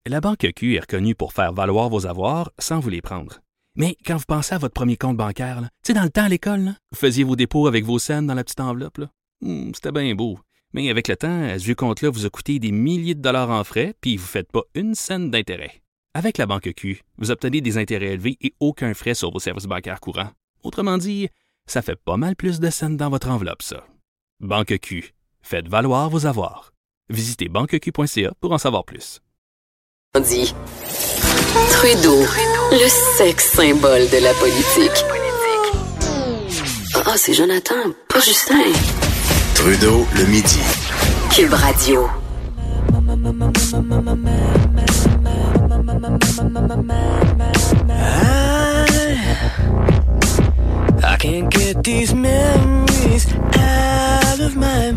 La Banque Q est reconnue pour faire valoir vos avoirs sans vous les prendre. Mais quand vous pensez à votre premier compte bancaire, tu sais, dans le temps à l'école, là, vous faisiez vos dépôts avec vos scènes dans la petite enveloppe. Là. C'était bien beau. Mais avec le temps, ce vieux compte-là vous a coûté des milliers de dollars en frais, puis vous ne faites pas une scène d'intérêt. Avec la Banque Q, vous obtenez des intérêts élevés et aucun frais sur vos services bancaires courants. Autrement dit, ça fait pas mal plus de scènes dans votre enveloppe, ça. Banque Q. Faites valoir vos avoirs. Visitez banqueq.ca pour en savoir plus. Dit Trudeau, le sexe symbole de la politique. Ah, c'est Jonathan, pas Justin. Trudeau, le midi. Cube Radio. I can't get these memories out of my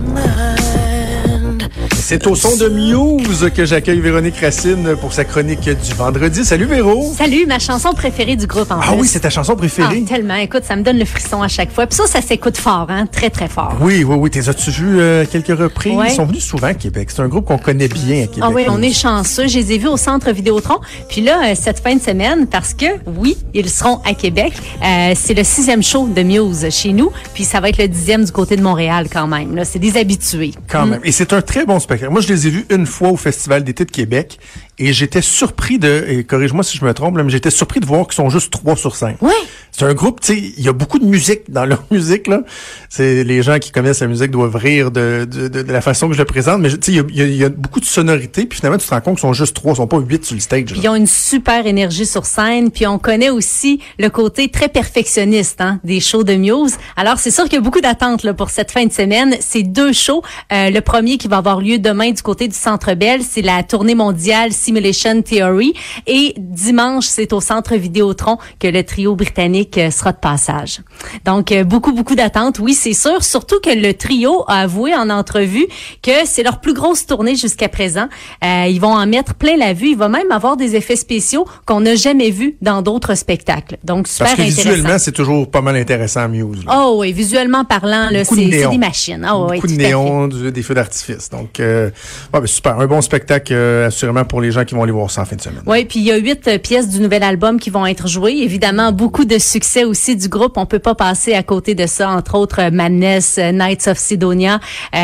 mind. C'est au son de Muse que j'accueille Véronique Racine pour sa chronique du vendredi. Salut Véro! Salut, ma chanson préférée du groupe en plus. Ah oui, c'est ta chanson préférée? Ah, tellement. Écoute, ça me donne le frisson à chaque fois. Puis ça s'écoute fort, hein? Très, très fort. Oui. T'es as-tu vu quelques reprises? Ouais. Ils sont venus souvent à Québec. C'est un groupe qu'on connaît bien à Québec. Ah oui, on est chanceux. Je les ai vus au Centre Vidéotron. Puis là, cette fin de semaine, parce que, oui, ils seront à Québec. C'est le 6e show de Muse chez nous. Puis ça va être le 10e du côté de Montréal quand même. Là, c'est des habitués. Quand même. Et c'est un très bon spectacle. Moi, je les ai vus une fois au Festival d'été de Québec et j'étais surpris et corrige-moi si je me trompe, là, mais j'étais surpris de voir qu'ils sont juste 3 sur 5. Oui. C'est un groupe, tu sais, il y a beaucoup de musique dans leur musique, là. C'est, les gens qui connaissent la musique doivent rire de la façon que je le présente, mais tu sais, il y a beaucoup de sonorités, puis finalement, tu te rends compte qu'ils sont juste 3, ils sont pas 8 sur le stage. Puis ils ont une super énergie sur scène, puis on connaît aussi le côté très perfectionniste, hein, des shows de Muse. Alors, c'est sûr qu'il y a beaucoup d'attentes, là, pour cette fin de semaine. C'est 2 shows. Le premier qui va avoir lieu demain du côté du Centre Bell, c'est la tournée mondiale Simulation Theory. Et dimanche, c'est au Centre Vidéotron que le trio britannique sera de passage. Donc, beaucoup d'attentes. Oui, c'est sûr. Surtout que le trio a avoué en entrevue que c'est leur plus grosse tournée jusqu'à présent. Ils vont en mettre plein la vue. Il va même avoir des effets spéciaux qu'on n'a jamais vus dans d'autres spectacles. Donc, super intéressant. Parce que visuellement, c'est toujours pas mal intéressant, Muse. Là. Oh oui, visuellement parlant, là, c'est des machines. Oh, beaucoup de néons, des feux d'artifice. Donc, super. Un bon spectacle, assurément, pour les gens qui vont aller voir ça en fin de semaine. Oui, puis il y a 8 pièces du nouvel album qui vont être jouées. Évidemment, beaucoup de succès aussi du groupe. On peut pas passer à côté de ça. Entre autres, Madness, Knights of Sidonia.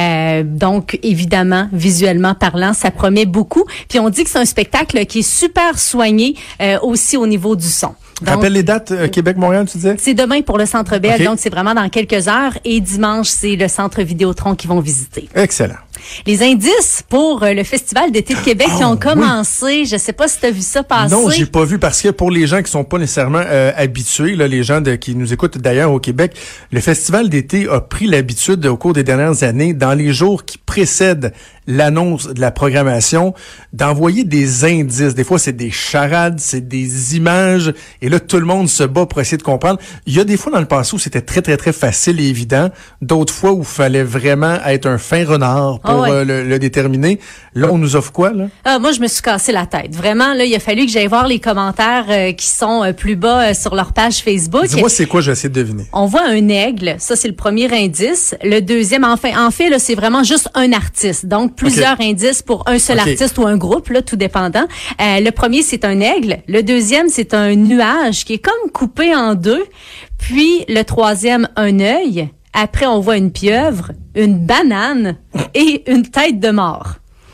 Donc, évidemment, visuellement parlant, ça promet beaucoup. Puis on dit que c'est un spectacle qui est super soigné aussi au niveau du son. Rappelle les dates, Québec-Montréal, tu disais? C'est demain pour le Centre Bell, okay. Donc c'est vraiment dans quelques heures. Et dimanche, c'est le Centre Vidéotron qu'ils vont visiter. Excellent. Les indices pour le Festival d'été de Québec qui ont commencé. Oui. Je sais pas si tu as vu ça passer. Non, j'ai pas vu parce que pour les gens qui sont pas nécessairement habitués, là, les gens qui nous écoutent d'ailleurs au Québec, le Festival d'été a pris l'habitude au cours des dernières années, dans les jours qui précèdent l'annonce de la programmation, d'envoyer des indices. Des fois, c'est des charades, c'est des images, et là, tout le monde se bat pour essayer de comprendre. Il y a des fois dans le passé où c'était très, très, très facile et évident. D'autres fois où il fallait vraiment être un fin renard pour le déterminer. Là, on nous offre quoi, là? Moi, je me suis cassé la tête. Vraiment, là, il a fallu que j'aille voir les commentaires qui sont plus bas sur leur page Facebook. Dis-moi, c'est quoi? Je vais essayer de deviner. On voit un aigle. Ça, c'est le premier indice. Le deuxième, en fait, là, c'est vraiment juste un artiste. Donc, plusieurs indices pour un seul artiste ou un groupe, là, tout dépendant. Le premier, c'est un aigle. Le deuxième, c'est un nuage qui est comme coupé en 2. Puis, le troisième, un œil. Après, on voit une pieuvre, une banane et une tête de mort.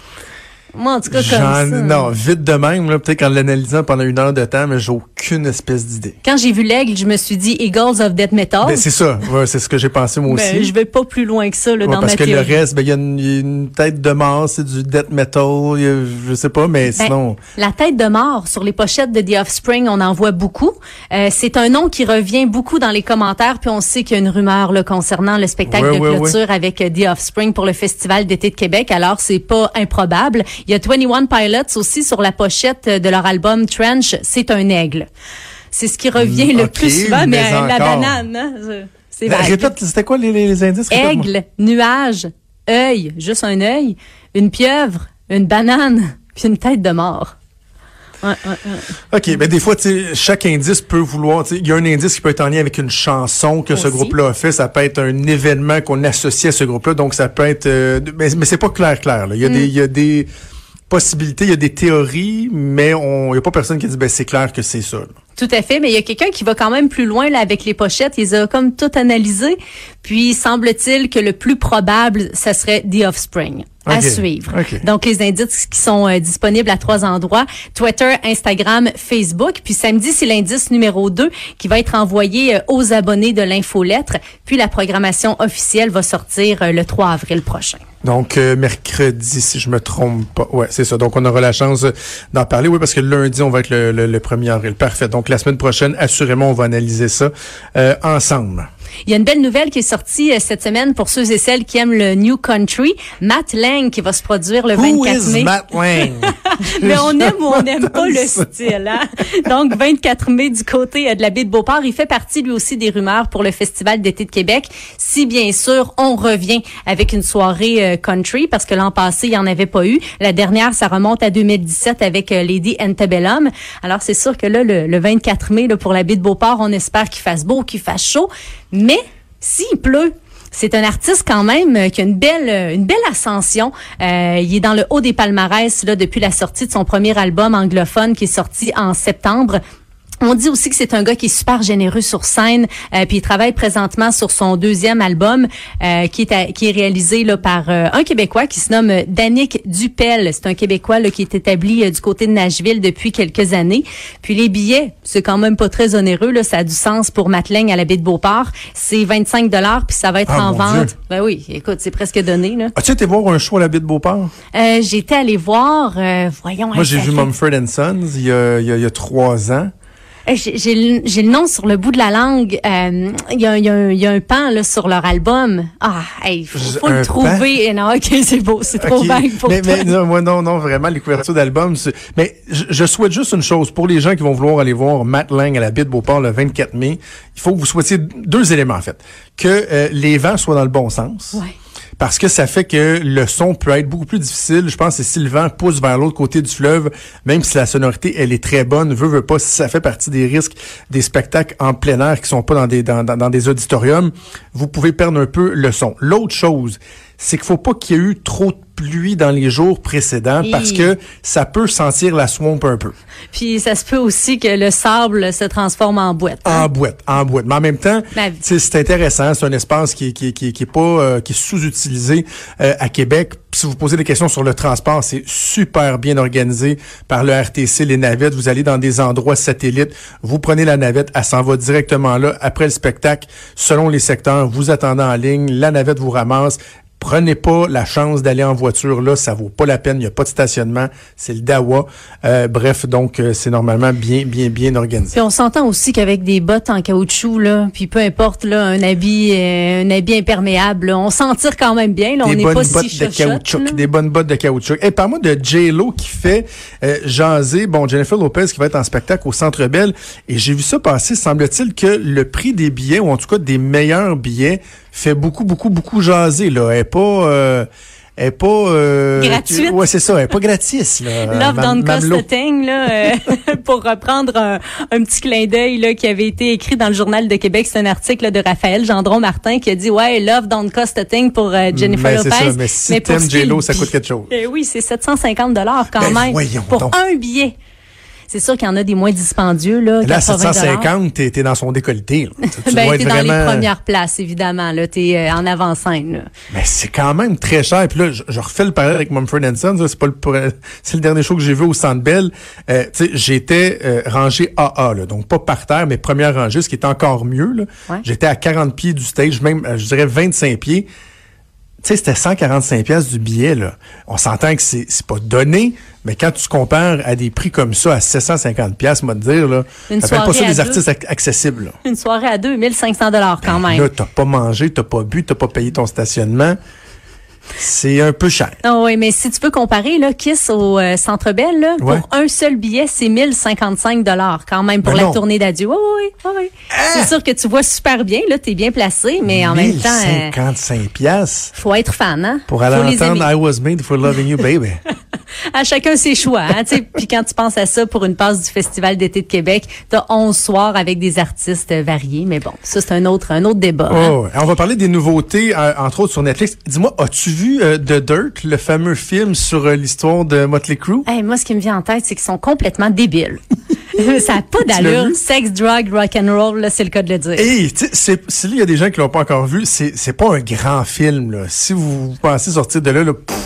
Moi, en tout cas, comme ça. Non, vite de même, là, peut-être qu'en l'analysant pendant 1 heure de temps, mais j'ai aucune espèce d'idée. Quand j'ai vu l'aigle, je me suis dit Eagles of Death Metal. Ben, c'est ça. Ouais, c'est ce que j'ai pensé, moi aussi. Je vais pas plus loin que ça, là, dans ma théorie. Parce que le reste, il y a une tête de mort, c'est du death metal, je sais pas, mais sinon. La tête de mort, sur les pochettes de The Offspring, on en voit beaucoup. C'est un nom qui revient beaucoup dans les commentaires, puis on sait qu'il y a une rumeur, là, concernant le spectacle de clôture avec The Offspring pour le Festival d'été de Québec. Alors, c'est pas improbable. Il y a 21 Pilots aussi sur la pochette de leur album Trench, c'est un aigle. C'est ce qui revient le plus souvent, mais la banane, hein, c'est vague. Répète, c'était quoi les indices? Aigle, nuage, œil, juste un œil, une pieuvre, une banane, puis une tête de mort. OK, ben des fois, tu sais, chaque indice peut vouloir, tu sais, il y a un indice qui peut être en lien avec une chanson que ce groupe-là a fait, ça peut être un événement qu'on associe à ce groupe-là, donc ça peut être, mais c'est pas clair, là. Il y a possibilités, il y a des théories, mais il n'y a pas personne qui dit c'est clair que c'est ça. Là. Tout à fait, mais il y a quelqu'un qui va quand même plus loin là avec les pochettes. Il les a comme tout analysé. Puis semble-t-il que le plus probable, ça serait The Offspring. À suivre. Okay. Donc, les indices qui sont disponibles à 3 endroits, Twitter, Instagram, Facebook. Puis samedi, c'est l'indice numéro 2 qui va être envoyé aux abonnés de l'infolettre. Puis la programmation officielle va sortir le 3 avril prochain. Donc, mercredi, si je me trompe pas. Ouais, c'est ça. Donc, on aura la chance d'en parler. Oui, parce que lundi, on va être le 1er avril. Parfait. Donc, la semaine prochaine, assurément, on va analyser ça ensemble. Il y a une belle nouvelle qui est sortie cette semaine pour ceux et celles qui aiment le New Country. Matt Lang qui va se produire le 24 mai. Matt Lang? Mais on aime ou on n'aime pas le style. Hein? Donc, 24 mai du côté de la baie de Beauport. Il fait partie lui aussi des rumeurs pour le Festival d'été de Québec. Si bien sûr, on revient avec une soirée country parce que l'an passé, il n'y en avait pas eu. La dernière, ça remonte à 2017 avec Lady Antebellum. Alors, c'est sûr que là, le 24 mai, là, pour la baie de Beauport, on espère qu'il fasse beau, qu'il fasse chaud. Mais s'il pleut, c'est un artiste quand même qui a une belle ascension. Il est dans le haut des palmarès là depuis la sortie de son premier album anglophone qui est sorti en septembre. On dit aussi que c'est un gars qui est super généreux sur scène, puis il travaille présentement sur son deuxième album qui est réalisé là par un Québécois qui se nomme Danick Dupel. C'est un Québécois là qui est établi du côté de Nashville depuis quelques années. Puis les billets, c'est quand même pas très onéreux là, ça a du sens pour Matt Lang à la baie de Beauport. C'est 25 $ puis ça va être en vente. Dieu. Ben oui, écoute, c'est presque donné là. As-tu été voir un show à la baie de Beauport? J'étais allée voir voyons. Moi j'ai vu Mumford & Sons il y a 3 ans. J'ai le nom sur le bout de la langue. Il y a un pan là sur leur album. Ah, il faut le trouver. Non, ok, c'est beau, c'est trop vague pour toi. Mais non, vraiment les couvertures d'albums. Mais je souhaite juste une chose pour les gens qui vont vouloir aller voir Matt Lang à la baie de Beauport le 24 mai. Il faut que vous souhaitiez 2 éléments en fait, que les vents soient dans le bon sens. Ouais. Parce que ça fait que le son peut être beaucoup plus difficile. Je pense que si le vent pousse vers l'autre côté du fleuve, même si la sonorité, elle est très bonne, veut pas, si ça fait partie des risques des spectacles en plein air qui sont pas dans des auditoriums, vous pouvez perdre un peu le son. L'autre chose, c'est qu'il faut pas qu'il y ait eu trop de pluie dans les jours précédents parce que ça peut sentir la swamp un peu. Puis ça se peut aussi que le sable se transforme en boîte. Hein? En boîte. Mais en même temps, c'est intéressant. C'est un espace qui est sous-utilisé à Québec. Si vous posez des questions sur le transport, c'est super bien organisé par le RTC, les navettes. Vous allez dans des endroits satellites, vous prenez la navette, elle s'en va directement là. Après le spectacle, selon les secteurs, vous attendez en ligne, la navette vous ramasse. Prenez pas la chance d'aller en voiture là, ça vaut pas la peine, il y a pas de stationnement, c'est le Dawa. Bref, donc c'est normalement bien organisé. Puis on s'entend aussi qu'avec des bottes en caoutchouc là, puis peu importe là, un habit imperméable, là, on s'en tire quand même bien là, on n'est pas si chochotte. Des bonnes bottes de caoutchouc. Et parle-moi de J-Lo qui fait jaser Jennifer Lopez qui va être en spectacle au Centre Bell et j'ai vu ça passer, semble-t-il que le prix des billets ou en tout cas des meilleurs billets fait beaucoup jaser là, elle est pas gratuite. Ouais, c'est ça, elle est pas gratis là. Love don't cost a thing là pour reprendre un petit clin d'œil là qui avait été écrit dans le Journal de Québec, c'est un article là, de Raphaël Gendron Martin qui a dit Love don't cost a thing pour Jennifer Lopez. C'est ça, mais si t'aimes J-Lo, ça coûte quelque chose. Oui, c'est 750 $ quand même pour donc. Un billet. C'est sûr qu'il y en a des moins dispendieux, là. Là, 750, t'es dans son décolleté, là. Tu t'es dans les premières places, évidemment, là. T'es en avant-scène, là. Mais c'est quand même très cher. Puis là, je refais le parallèle avec Mumford & Sons. C'est le dernier show que j'ai vu au Centre Bell. Tu sais, j'étais rangé AA, là. Donc, pas par terre, mais première rangée, ce qui est encore mieux, là. Ouais. J'étais à 40 pieds du stage, même, je dirais 25 pieds. Tu sais, c'était 145$ du billet, là. On s'entend que c'est pas donné, mais quand tu compares à des prix comme ça, à 750$, moi te dire, là, ça fait pas ça des artistes accessibles, là. Une soirée à 2, 1500$ quand même. Là, t'as pas mangé, t'as pas bu, t'as pas payé ton stationnement. C'est un peu cher. Oh oui, mais si tu peux comparer là, Kiss au Centre Bell, là, pour un seul billet, c'est 1055$ quand même pour la tournée d'adieu. Oui. C'est sûr que tu vois super bien, là, t'es bien placé, mais en même temps... 1055$. Faut être fan, hein? Pour aller entendre I Was Made for Loving You, Baby. À chacun ses choix, hein, tu sais. Puis quand tu penses à ça pour une passe du Festival d'été de Québec, t'as 11 soirs avec des artistes variés, mais bon, ça c'est un autre débat. Hein? On va parler des nouveautés, entre autres sur Netflix. Dis-moi, as-tu vu The Dirt, le fameux film sur l'histoire de Motley Crue? Hey, moi, ce qui me vient en tête, c'est qu'ils sont complètement débiles. Ça n'a pas d'allure. Sex, drug, rock and roll, là, c'est le cas de le dire. Hey, tu sais, s'il y a des gens qui l'ont pas encore vu, c'est pas un grand film, là. Si vous pensez sortir de là,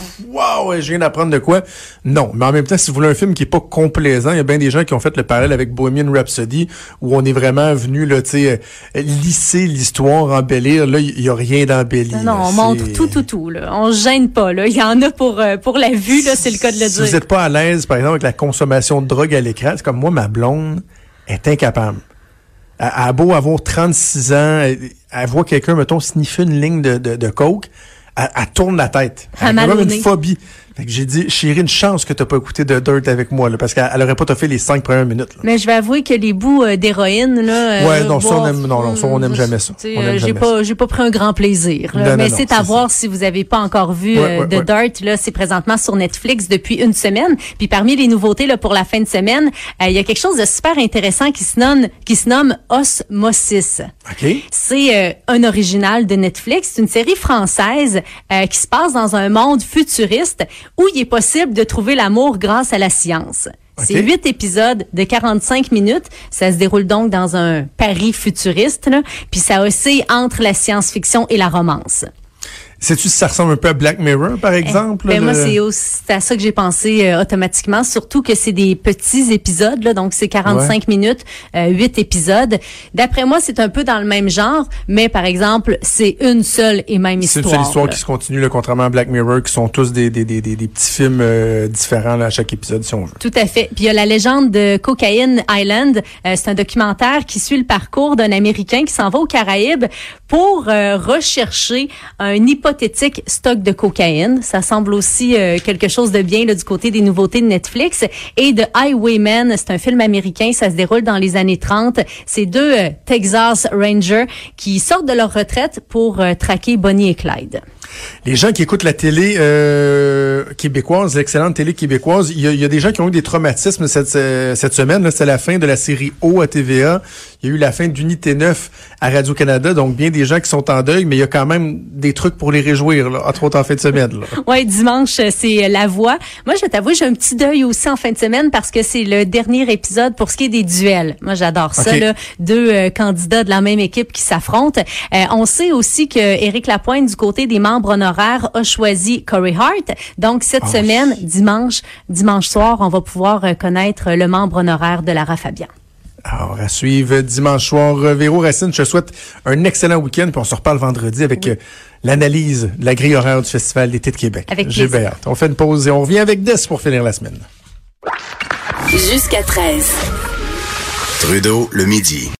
wow, je viens d'apprendre de quoi. Non. Mais en même temps, si vous voulez un film qui est pas complaisant, il y a bien des gens qui ont fait le parallèle avec Bohemian Rhapsody, où on est vraiment venu, là, tu sais, lisser l'histoire, embellir. Là, il y a rien d'embelli. Non, on montre tout, là. On se gêne pas, là. Il y en a pour la vue, là, c'est le cas de le dire. Si vous êtes pas à l'aise, par exemple, avec la consommation de drogue à l'écran, c'est comme moi, ma blonde est incapable. Elle a beau avoir 36 ans, elle voit quelqu'un, mettons, sniffer une ligne de coke, elle tourne la tête. Elle a même une phobie. Fait que j'ai dit, chérie, une chance que t'as pas écouté de Dirt avec moi, là, parce qu'elle aurait pas toffé les 5 premières minutes, là. Mais je vais avouer que les bouts d'héroïne, là. Ouais, non, ça, on aime jamais ça. J'ai pas pris un grand plaisir, là. Mais c'est à voir si vous avez pas encore vu The Dirt, là. C'est présentement sur Netflix depuis une semaine. Puis parmi les nouveautés, là, pour la fin de semaine, il y a quelque chose de super intéressant qui se nomme Osmosis. OK. C'est un original de Netflix. C'est une série française, qui se passe dans un monde futuriste où il est possible de trouver l'amour grâce à la science. Okay. C'est 8 épisodes de 45 minutes. Ça se déroule donc dans un Paris futuriste, là. Puis ça oscille entre la science-fiction et la romance. Sais-tu si ça ressemble un peu à Black Mirror, par exemple? Moi, c'est à ça que j'ai pensé automatiquement, surtout que c'est des petits épisodes, là, donc c'est 45 minutes, 8 épisodes. D'après moi, c'est un peu dans le même genre, mais par exemple, c'est une seule et même histoire. C'est une seule histoire qui se continue, là, contrairement à Black Mirror, qui sont tous des petits films différents là, à chaque épisode, si on veut. Tout à fait. Puis il y a la légende de Cocaine Island. C'est un documentaire qui suit le parcours d'un Américain qui s'en va aux Caraïbes pour rechercher un hypothétique stock de cocaïne. Ça semble aussi quelque chose de bien là, du côté des nouveautés de Netflix. Et The Highwaymen, c'est un film américain, ça se déroule dans les années 30. C'est deux Texas Rangers qui sortent de leur retraite pour traquer Bonnie et Clyde. Les gens qui écoutent la télé québécoise, l'excellente télé québécoise, il y a des gens qui ont eu des traumatismes cette semaine. Là, c'est la fin de la série O à TVA. Il y a eu la fin d'Unité 9 à Radio-Canada. Donc, bien des gens qui sont en deuil, mais il y a quand même des trucs pour les réjouir, là, entre autres en fin de semaine. Oui, dimanche, c'est La Voix. Moi, je vais t'avouer, j'ai un petit deuil aussi en fin de semaine parce que c'est le dernier épisode pour ce qui est des duels. Moi, j'adore ça, là. Deux candidats de la même équipe qui s'affrontent. On sait aussi que Éric Lapointe, du côté des membres honoraires, a choisi Corey Hart. Donc, cette semaine, dimanche soir, on va pouvoir connaître le membre honoraire de Lara Fabian. Alors, à suivre dimanche soir. Véro Racine, je te souhaite un excellent week-end, puis on se reparle vendredi avec l'analyse de la grille horaire du Festival d'été de Québec. Avec plaisir. J'ai bien hâte. On fait une pause et on revient avec Des pour finir la semaine. Jusqu'à 13. Trudeau, le midi.